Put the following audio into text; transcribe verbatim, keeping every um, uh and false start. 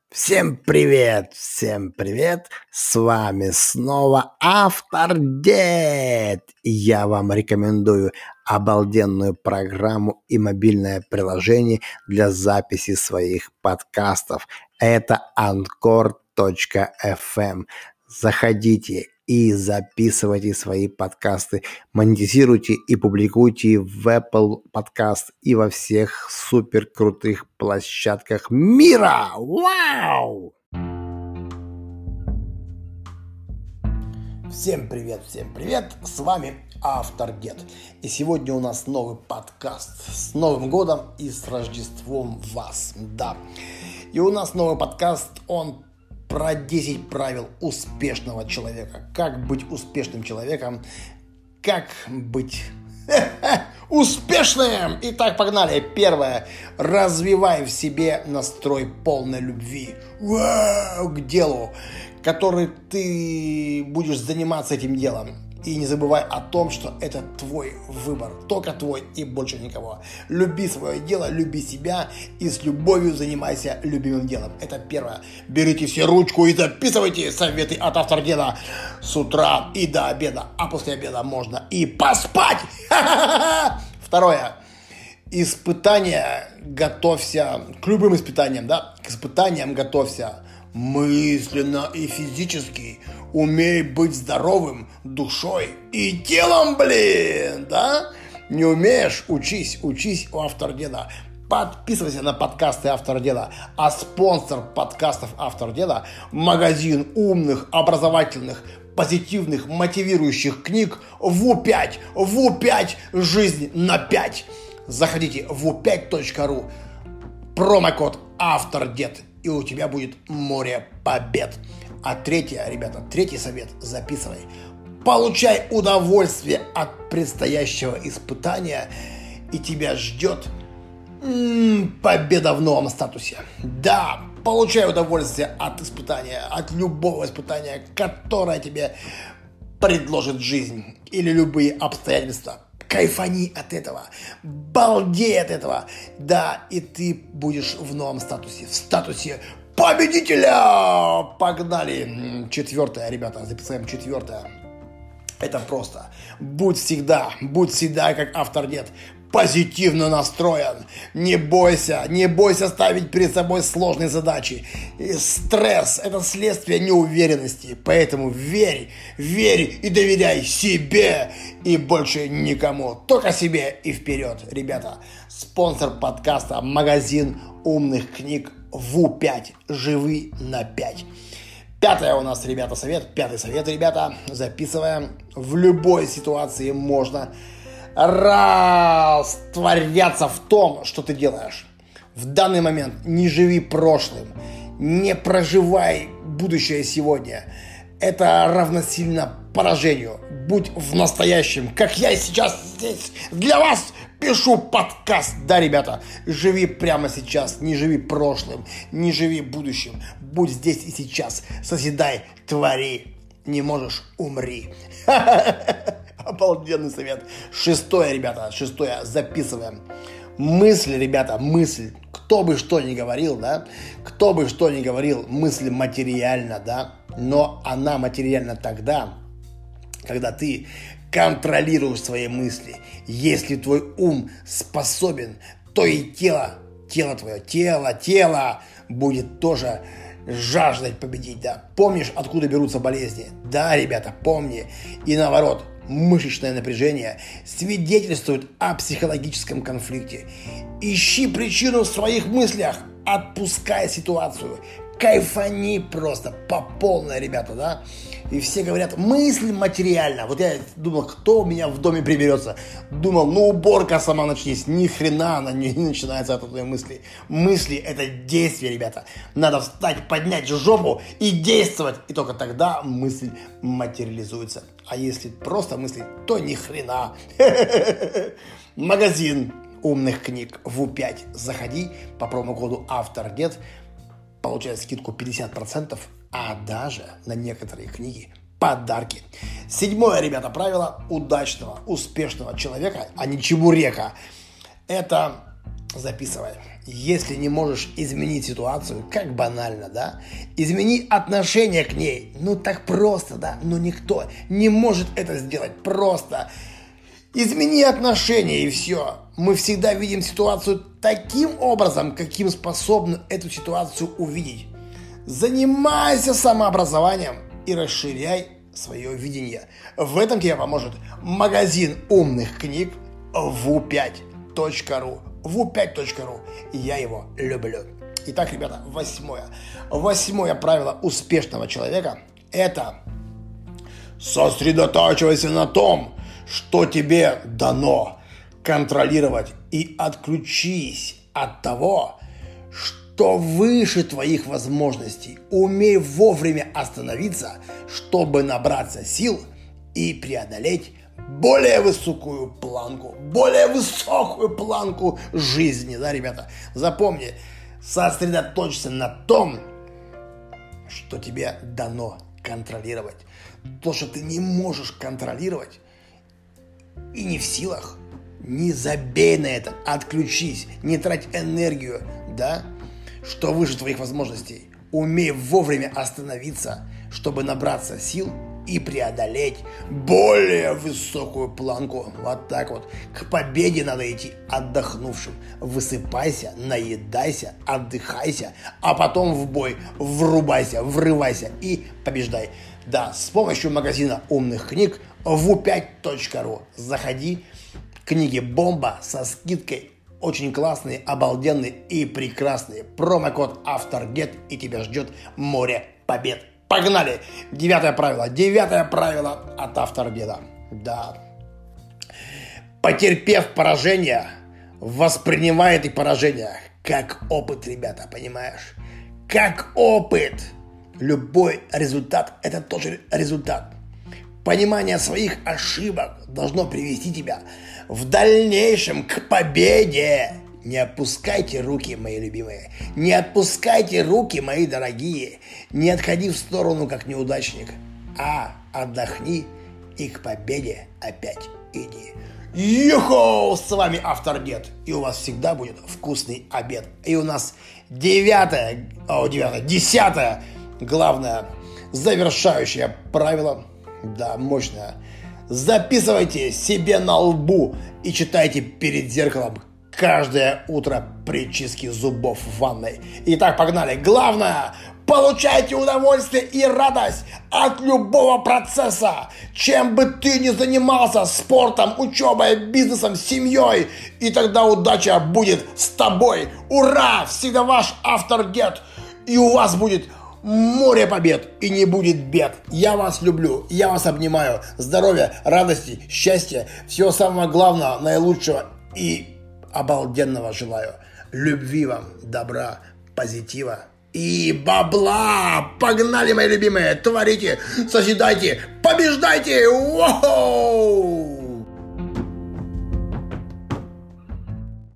Всем привет, всем привет, с вами снова Автор Дед. И я вам рекомендую обалденную программу и мобильное приложение для записи своих подкастов. Это анкор точка эф эм. Заходите и записывайте свои подкасты, монетизируйте и публикуйте в Apple Podcast и во всех супер крутых площадках мира. Вау! Всем привет, всем привет, с вами Автор Дед. И сегодня у нас новый подкаст. С Новым годом и с Рождеством вас, да. И у нас новый подкаст, он про десять правил успешного человека. Как быть успешным человеком, как быть успешным. Итак, погнали. Первое. Развивай в себе настрой полной любви. Вау, к делу, который ты будешь заниматься этим делом. И не забывай о том, что это твой выбор, только твой и больше никого. Люби свое дело, люби себя и с любовью занимайся любимым делом. Это первое. Берите все ручку и записывайте советы от Автор Деда с утра и до обеда. А после обеда можно и поспать. Второе. Испытания готовься, к любым испытаниям, да, к испытаниям готовься мысленно и физически. Умей быть здоровым душой и телом, блин, да? Не умеешь? Учись, учись у Автор Деда. Подписывайся на подкасты Автор Деда. А спонсор подкастов Автор Деда – магазин умных, образовательных, позитивных, мотивирующих книг вэ пять. вэ пять. Жизнь на пять. Заходите в вэ пять точка ру. Промокод Автор Дед. И у тебя будет море побед. А третье, ребята, третий совет, записывай. Получай удовольствие от предстоящего испытания, и тебя ждет м-м, победа в новом статусе. Да, получай удовольствие от испытания, от любого испытания, которое тебе предложит жизнь или любые обстоятельства. Кайфани от этого, балдей от этого, да, и ты будешь в новом статусе, в статусе победителя. Погнали. Четвертое, ребята, записываем четвертое. Это просто. Будь всегда, будь всегда, как Автор Дед, позитивно настроен. Не бойся, не бойся ставить перед собой сложные задачи. И стресс – это следствие неуверенности. Поэтому верь, верь и доверяй себе и больше никому. Только себе и вперед, ребята. Спонсор подкаста – магазин умных книг вэ пять. Живи на пять. Пятое у нас, ребята, совет. Пятый совет, ребята. Записываем. В любой ситуации можно растворяться в том, что ты делаешь. В данный момент не живи прошлым, не проживай будущее сегодня. Это равносильно поражению. Будь в настоящем, как я сейчас здесь для вас пишу подкаст. Да, ребята, живи прямо сейчас, не живи прошлым, не живи будущим. Будь здесь и сейчас, созидай, твори. Не можешь – умри. Обалденный совет. Шестое, ребята, шестое, записываем. Мысль, ребята, мысль. Кто бы что ни говорил, да, кто бы что ни говорил, мысль материальна, да, но она материальна тогда, когда ты контролируешь свои мысли. Если твой ум способен, то и тело, тело твое, тело, тело будет тоже жаждать победить, да. Помнишь, откуда берутся болезни? Да, ребята, помни. И наоборот, мышечное напряжение свидетельствует о психологическом конфликте. Ищи причину в своих мыслях, отпускай ситуацию, кайфани просто по полной, ребята, да. И все говорят, мысль материальна. Вот я думал, кто у меня в доме приберется. Думал, ну уборка сама начнись. Ни хрена она не начинается от этой мысли. Мысли – это действие, ребята. Надо встать, поднять жопу и действовать. И только тогда мысль материализуется. А если просто мысли, то ни хрена. Магазин умных книг вэ пять. Заходи по промокоду Автор Дед. Получай скидку пятьдесят процентов. А даже на некоторые книги подарки. Седьмое, ребята, правило удачного, успешного человека, а не чебурека. Это записывай. Если не можешь изменить ситуацию, как банально, да? Измени отношение к ней. Ну так просто, да? Но никто не может это сделать. Просто измени отношения и все. Мы всегда видим ситуацию таким образом, каким способны эту ситуацию увидеть. Занимайся самообразованием и расширяй свое видение. В этом тебе поможет магазин умных книг ву пять точка ру. ву пять точка ру. Я его люблю. Итак, ребята, восьмое. Восьмое правило успешного человека – это сосредотачивайся на том, что тебе дано, контролировать и отключись от того, что выше твоих возможностей. Умей вовремя остановиться, чтобы набраться сил и преодолеть более высокую планку, более высокую планку жизни, да, ребята? Запомни, сосредоточься на том, что тебе дано контролировать. То, что ты не можешь контролировать и не в силах, не забей на это, отключись, не трать энергию, да, что выше твоих возможностей. Умей вовремя остановиться, чтобы набраться сил и преодолеть более высокую планку. Вот так вот. К победе надо идти отдохнувшим. Высыпайся, наедайся, отдыхайся, а потом в бой врубайся, врывайся и побеждай. Да, с помощью магазина умных книг ву пять точка ру. Заходи, книги бомба со скидкой. Очень классные, обалденные и прекрасные. Промокод АВТОРГЕТ, и тебя ждет море побед. Погнали! Девятое правило. Девятое правило от Авторгеда. Да. Потерпев поражение, воспринимай это поражение как опыт, ребята, понимаешь? Как опыт. Любой результат – это тоже результат. Понимание своих ошибок должно привести тебя в дальнейшем к победе. Не отпускайте руки, мои любимые. Не отпускайте руки, мои дорогие. Не отходи в сторону, как неудачник, а отдохни и к победе опять иди. Йохо! С вами Авторгет. И у вас всегда будет вкусный обед. И у нас девятое, о, девятое, десятое, главное, завершающее правило. Да, мощное. Записывайте себе на лбу и читайте перед зеркалом каждое утро при чистке зубов в ванной. Итак, погнали. Главное, получайте удовольствие и радость от любого процесса. Чем бы ты ни занимался, спортом, учебой, бизнесом, семьей, и тогда удача будет с тобой. Ура! Всегда ваш Авторгет. И у вас будет море побед и не будет бед. Я вас люблю, я вас обнимаю. Здоровья, радости, счастья, всего самого главного, наилучшего и обалденного желаю. Любви вам, добра, позитива и бабла. Погнали, мои любимые, творите, созидайте, побеждайте. Воу!